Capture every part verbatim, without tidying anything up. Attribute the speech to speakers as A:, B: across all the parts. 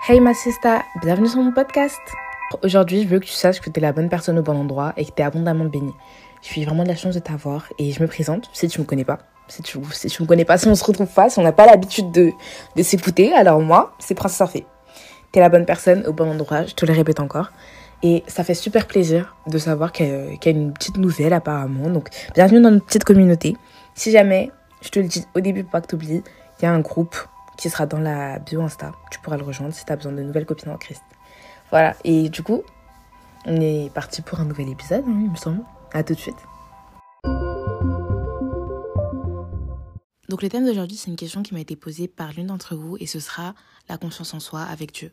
A: Hey ma sista, bienvenue sur mon podcast. Aujourd'hui, je veux que tu saches que tu es la bonne personne au bon endroit et que tu es abondamment bénie. Je suis vraiment de la chance de t'avoir et je me présente, si tu me connais pas. Si tu, si tu me connais pas, si on se retrouve pas, si on n'a pas l'habitude de, de s'écouter, alors moi, c'est Princesse Orphée. Tu es la bonne personne au bon endroit, je te le répète encore. Et ça fait super plaisir de savoir qu'il y a, qu'il y a une petite nouvelle apparemment. Donc, bienvenue dans notre petite communauté. Si jamais, je te le dis au début pour pas que tu oublies, il y a un groupe qui sera dans la bio Insta. Tu pourras le rejoindre si tu as besoin de nouvelles copines en Christ. Voilà, et du coup, on est parti pour un nouvel épisode, hein, il me semble. À tout de suite. Donc le thème d'aujourd'hui, c'est une question qui m'a été posée par l'une d'entre vous et ce sera la confiance en soi avec Dieu.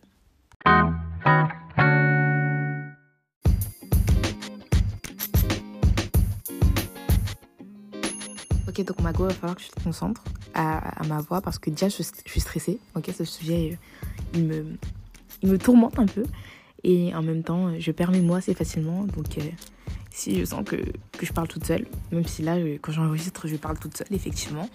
A: Ok, donc ma go, il va falloir que tu te concentres à, à ma voix parce que déjà je, je suis stressée. Ok, ce sujet, il me, il me tourmente un peu et en même temps, je perds mes mots assez facilement. Donc euh, si je sens que, que je parle toute seule, même si là, quand j'enregistre, je parle toute seule, effectivement.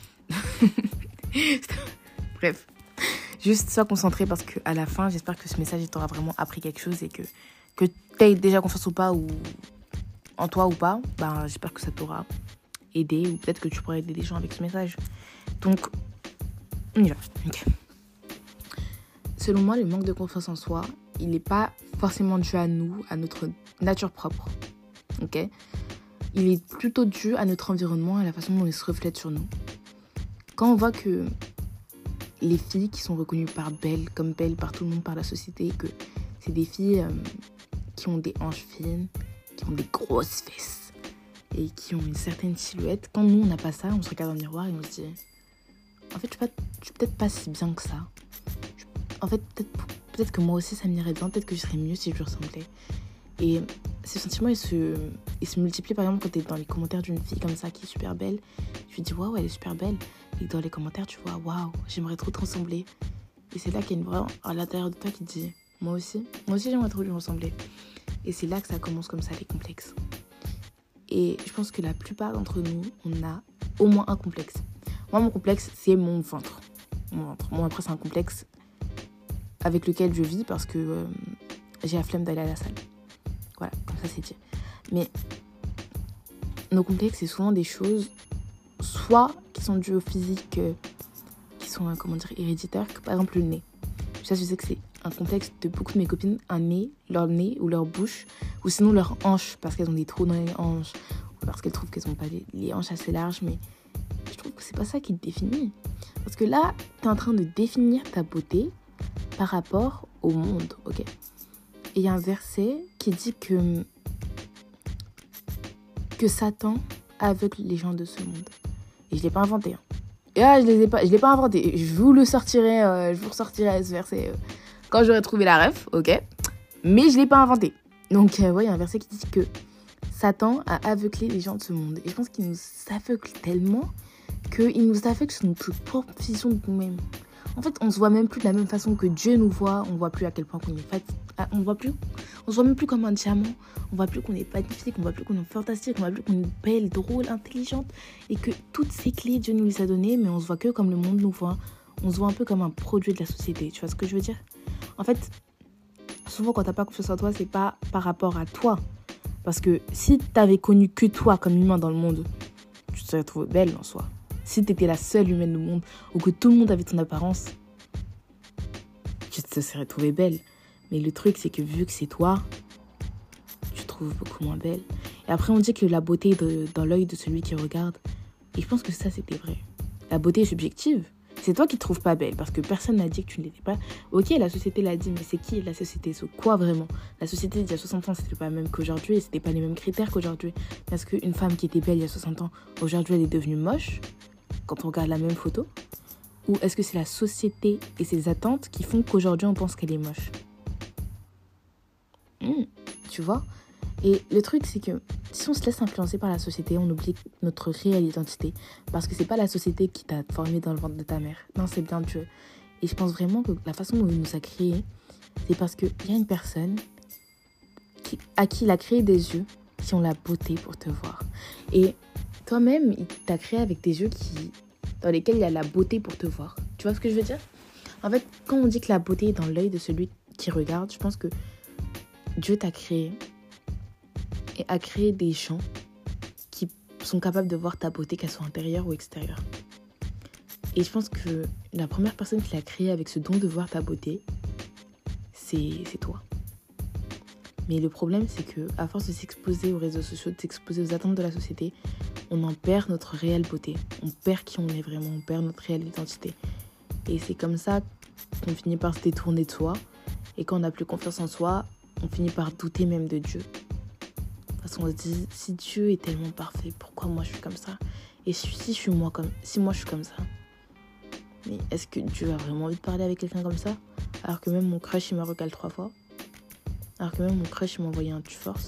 A: Bref, juste sois concentré parce qu'à la fin, j'espère que ce message il t'aura vraiment appris quelque chose et que, que tu aies déjà confiance ou pas, ou en toi ou pas, ben, j'espère que ça t'aura aider ou peut-être que tu pourrais aider des gens avec ce message. Donc, on y va. Okay. Selon moi, le manque de confiance en soi, il n'est pas forcément dû à nous, à notre nature propre. Ok ? Il est plutôt dû à notre environnement, à la façon dont il se reflète sur nous. Quand on voit que les filles qui sont reconnues par belles, comme belles par tout le monde, par la société, que c'est des filles euh, qui ont des hanches fines, qui ont des grosses fesses, et qui ont une certaine silhouette. Quand nous, on n'a pas ça, on se regarde dans le miroir et on se dit en fait, je suis, pas, je suis peut-être pas si bien que ça. Je, en fait, peut-être, peut-être que moi aussi, ça m'irait bien. Peut-être que je serais mieux si je lui ressemblais. Et ces sentiments, ils se, ils se multiplient, par exemple, quand tu es dans les commentaires d'une fille comme ça, qui est super belle. Tu te dis, waouh, elle est super belle. Et dans les commentaires, tu vois, waouh, j'aimerais trop te ressembler. Et c'est là qu'il y a une voix à l'intérieur de toi qui te dit, moi aussi, moi aussi, j'aimerais trop lui ressembler. Et c'est là que ça commence comme ça, les complexes. Et je pense que la plupart d'entre nous, on a au moins un complexe. Moi, mon complexe, c'est mon ventre. Mon ventre. Moi, après, c'est un complexe avec lequel je vis parce que euh, j'ai la flemme d'aller à la salle. Voilà, comme ça, c'est dit. Mais nos complexes, c'est souvent des choses, soit qui sont dues au physique, euh, qui sont, euh, comment dire, héréditaires, que, par exemple, le nez. Ça, je sais que c'est un complexe de beaucoup de mes copines, un nez, leur nez ou leur bouche, ou sinon leur hanche, parce qu'elles ont des trous dans les hanches, ou parce qu'elles trouvent qu'elles n'ont pas les, les hanches assez larges, mais je trouve que c'est pas ça qui te définit. Parce que là, t'es en train de définir ta beauté par rapport au monde, ok ? Et il y a un verset qui dit que, que Satan aveugle les gens de ce monde. Et je l'ai pas inventé, hein. Et là, je ne l'ai pas inventé. Je vous le sortirai, euh, je vous ressortirai ce verset euh, quand j'aurai trouvé la ref, ok ? Mais je ne l'ai pas inventé. Donc, euh, ouais, il y a un verset qui dit que Satan a aveuglé les gens de ce monde. Et je pense qu'il nous aveugle tellement qu'il nous aveugle sur notre propre vision de nous-mêmes. En fait, on ne se voit même plus de la même façon que Dieu nous voit. On ne voit plus à quel point on est fatigué. On ne voit plus. On se voit même plus comme un diamant. On ne voit plus qu'on est magnifique. On ne voit plus qu'on est fantastique. On ne voit plus qu'on est belle, drôle, intelligente. Et que toutes ces clés, Dieu nous les a données, mais on se voit que comme le monde nous voit. On se voit un peu comme un produit de la société. Tu vois ce que je veux dire ? En fait, souvent quand tu n'as pas confiance en toi, c'est pas par rapport à toi. Parce que si tu n'avais connu que toi comme humain dans le monde, tu te serais trouvée belle en soi. Si tu étais la seule humaine au monde, ou que tout le monde avait ton apparence, tu te serais trouvée belle. Mais le truc, c'est que vu que c'est toi, tu te trouves beaucoup moins belle. Et après, on dit que la beauté est de, dans l'œil de celui qui regarde. Et je pense que ça, c'était vrai. La beauté est subjective. C'est toi qui te trouves pas belle, parce que personne n'a dit que tu ne l'étais pas. Ok, la société l'a dit, mais c'est qui la société ? C'est quoi vraiment ? La société, il y a soixante ans, c'était pas la même qu'aujourd'hui, et c'était pas les mêmes critères qu'aujourd'hui. Parce qu'une femme qui était belle il y a soixante ans, aujourd'hui, elle est devenue moche, quand on regarde la même photo ? Ou est-ce que c'est la société et ses attentes qui font qu'aujourd'hui, on pense qu'elle est moche ? Mmh, tu vois ? Et le truc, c'est que si on se laisse influencer par la société, on oublie notre réelle identité. Parce que c'est pas la société qui t'a formé dans le ventre de ta mère. Non, c'est bien Dieu. Et je pense vraiment que la façon dont il nous a créés, c'est parce qu'il y a une personne qui, à qui il a créé des yeux qui ont la beauté pour te voir. Et toi-même, il t'a créé avec des yeux qui, dans lesquels il y a la beauté pour te voir. Tu vois ce que je veux dire ? En fait, quand on dit que la beauté est dans l'œil de celui qui regarde, je pense que Dieu t'a créé et a créé des gens qui sont capables de voir ta beauté, qu'elle soit intérieure ou extérieure. Et je pense que la première personne qui l'a créé avec ce don de voir ta beauté, c'est, c'est toi. Mais le problème, c'est que à force de s'exposer aux réseaux sociaux, de s'exposer aux attentes de la société, on en perd notre réelle beauté. On perd qui on est vraiment, on perd notre réelle identité. Et c'est comme ça qu'on finit par se détourner de soi. Et quand on n'a plus confiance en soi, on finit par douter même de Dieu. Parce qu'on se dit, si Dieu est tellement parfait, pourquoi moi je suis comme ça? Et si je suis moi comme, si moi je suis comme ça, mais est-ce que Dieu a vraiment envie de parler avec quelqu'un comme ça? Alors que même mon crush, il m'a recalé trois fois. Alors que même mon crush, il m'a envoyé un tu force.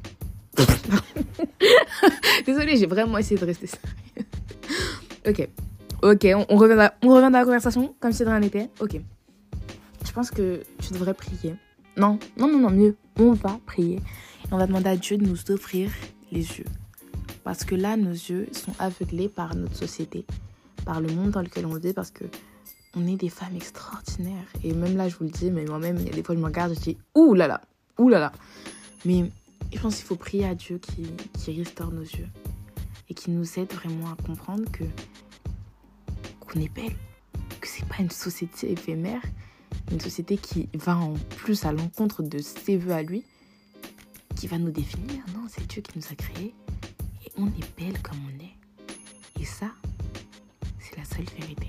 A: Désolée, j'ai vraiment essayé de rester sérieuse. Ok. Ok, on, on, revient à, on revient dans la conversation, comme si de rien n'était. Ok. Je pense que tu devrais prier. Non, non, non, non, mieux. On va prier. Et on va demander à Dieu de nous offrir les yeux. Parce que là, nos yeux sont aveuglés par notre société, par le monde dans lequel on vit, parce que on est des femmes extraordinaires. Et même là, je vous le dis, mais moi-même, il y a des fois, je me regarde, je dis, ouh là là, ouh là là. Mais je pense qu'il faut prier à Dieu qui, qui restaure nos yeux et qui nous aide vraiment à comprendre que qu'on est belle, que c'est pas une société éphémère, une société qui va en plus à l'encontre de ses vœux à lui, qui va nous définir. Non, c'est Dieu qui nous a créés et on est belle comme on est. Et ça, c'est la seule vérité.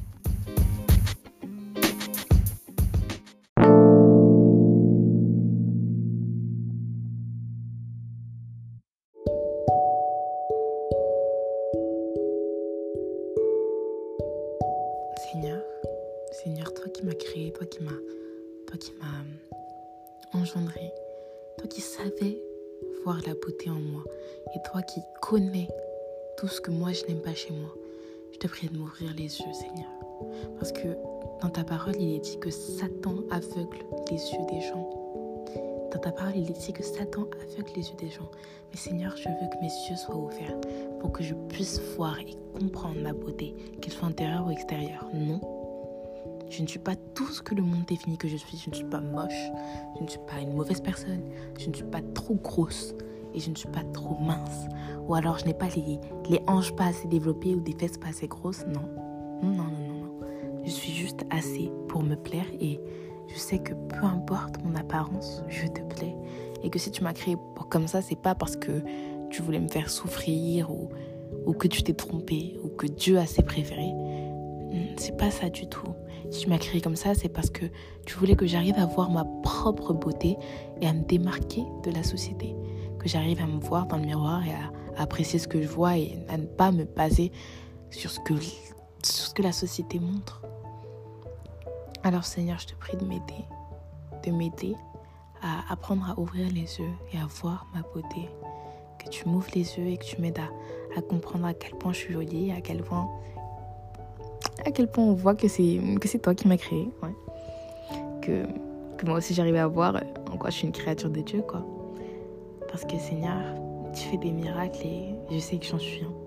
A: Seigneur, Seigneur, toi qui m'as créé, toi qui m'as, toi qui m'as engendré, toi qui savais voir la beauté en moi et toi qui connais tout ce que moi je n'aime pas chez moi, je te prie de m'ouvrir les yeux, Seigneur. Parce que dans ta parole, il est dit que Satan aveugle les yeux des gens. Dans ta parole, il est dit que Satan aveugle les yeux des gens. Mais Seigneur, je veux que mes yeux soient ouverts pour que je puisse voir et comprendre ma beauté, qu'elle soit intérieure ou extérieure. Non, je ne suis pas tout ce que le monde définit que je suis. Je ne suis pas moche, je ne suis pas une mauvaise personne, je ne suis pas trop grosse et je ne suis pas trop mince. Ou alors je n'ai pas les, les hanches pas assez développées ou des fesses pas assez grosses. Non, non, non, non, non. Je suis juste assez pour me plaire et je sais que peu importe mon apparence, je te plais. Et que si tu m'as créé comme ça, c'est pas parce que tu voulais me faire souffrir ou, ou que tu t'es trompé ou que Dieu a ses préférés. C'est pas ça du tout. Si tu m'as créé comme ça, c'est parce que tu voulais que j'arrive à voir ma propre beauté et à me démarquer de la société. Que j'arrive à me voir dans le miroir et à, à apprécier ce que je vois et à ne pas me baser sur ce que, sur ce que la société montre. Alors Seigneur, je te prie de m'aider, de m'aider à apprendre à ouvrir les yeux et à voir ma beauté. Que tu m'ouvres les yeux et que tu m'aides à, à comprendre à quel point je suis jolie, à quel point, à quel point on voit que c'est, que c'est toi qui m'as créée. Ouais. Que, que moi aussi j'arrive à voir en quoi je suis une créature de Dieu, quoi. Parce que Seigneur, tu fais des miracles et je sais que j'en suis un.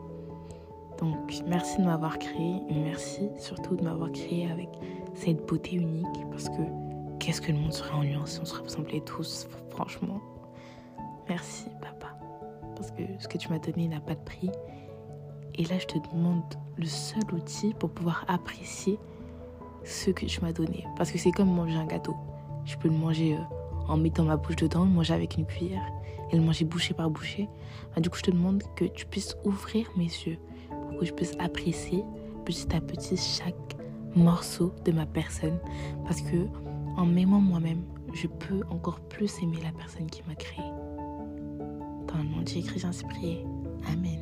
A: Donc merci de m'avoir créée et merci surtout de m'avoir créée avec cette beauté unique, parce que qu'est-ce que le monde serait ennuyant si on se ressemblait tous, franchement. Merci papa, parce que ce que tu m'as donné n'a pas de prix. Et là je te demande le seul outil pour pouvoir apprécier ce que tu m'as donné. Parce que c'est comme manger un gâteau. Je peux le manger euh, en mettant ma bouche dedans, le manger avec une cuillère et le manger bouchée par bouchée. Enfin, du coup je te demande que tu puisses ouvrir mes yeux pour que je puisse apprécier petit à petit chaque morceau de ma personne, parce que en m'aimant moi-même, je peux encore plus aimer la personne qui m'a créée. Dans le nom de Jésus-Christ, j'en suis prié. Amen.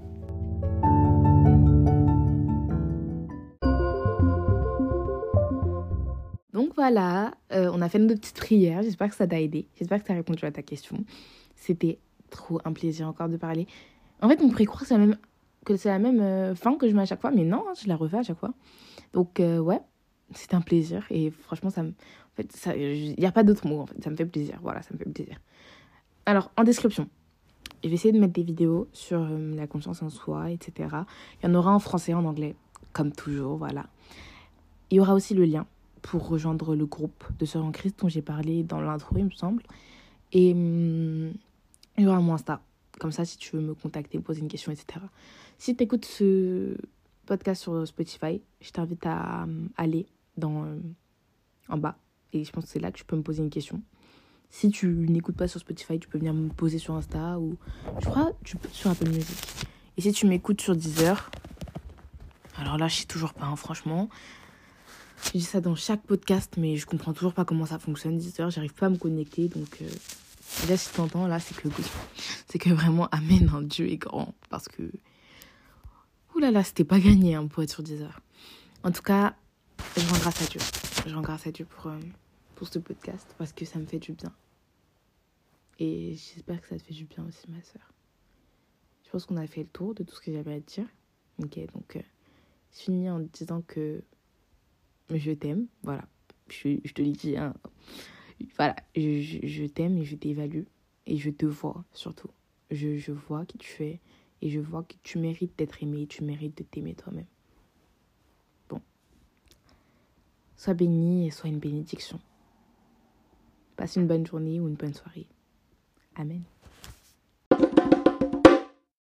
A: Donc voilà, euh, on a fait nos petites prières. J'espère que ça t'a aidé. J'espère que ça a répondu à ta question. C'était trop un plaisir encore de parler. En fait, on pourrait croire que c'est la même, que c'est la même euh, fin que je mets à chaque fois, mais non, hein, je la refais à chaque fois. Donc euh, ouais, c'était un plaisir et franchement, ça me, en fait, ça, il n'y a pas d'autre mot en fait, ça me fait plaisir. Voilà, ça me fait plaisir. Alors en description, je vais essayer de mettre des vidéos sur euh, la confiance en soi, et cetera. Il y en aura en français, en anglais, comme toujours, voilà. Il y aura aussi le lien pour rejoindre le groupe de Sœurs en Christ dont j'ai parlé dans l'intro, il me semble. Et hum, il y aura mon Insta. Comme ça, si tu veux me contacter, me poser une question, et cetera. Si tu écoutes ce podcast sur Spotify, je t'invite à hum, aller dans, euh, en bas. Et je pense que c'est là que tu peux me poser une question. Si tu n'écoutes pas sur Spotify, tu peux venir me poser sur Insta ou je crois tu peux sur Apple Music. Et si tu m'écoutes sur Deezer, alors là, je sais toujours pas, hein, franchement. Je dis ça dans chaque podcast, mais je comprends toujours pas comment ça fonctionne. Deezer, j'arrive pas à me connecter, donc euh, déjà si t'entends là, c'est que c'est que vraiment amen, hein, Dieu est grand, parce que ouh là là, c'était pas gagné hein, pour être sur Deezer. En tout cas, je rends grâce à Dieu. Je rends grâce à Dieu pour euh, pour ce podcast parce que ça me fait du bien. Et j'espère que ça te fait du bien aussi, ma soeur. Je pense qu'on a fait le tour de tout ce que j'avais à te dire. Ok, donc euh, je finis en te disant que je t'aime. Voilà, je, je te le dis. Hein. Voilà, je, je, je t'aime et je t'évalue. Et je te vois surtout. Je, je vois qui tu es. Et je vois que tu mérites d'être aimé. Tu mérites de t'aimer toi-même. Bon. Sois béni et sois une bénédiction. Passe une bonne journée ou une bonne soirée. Amen.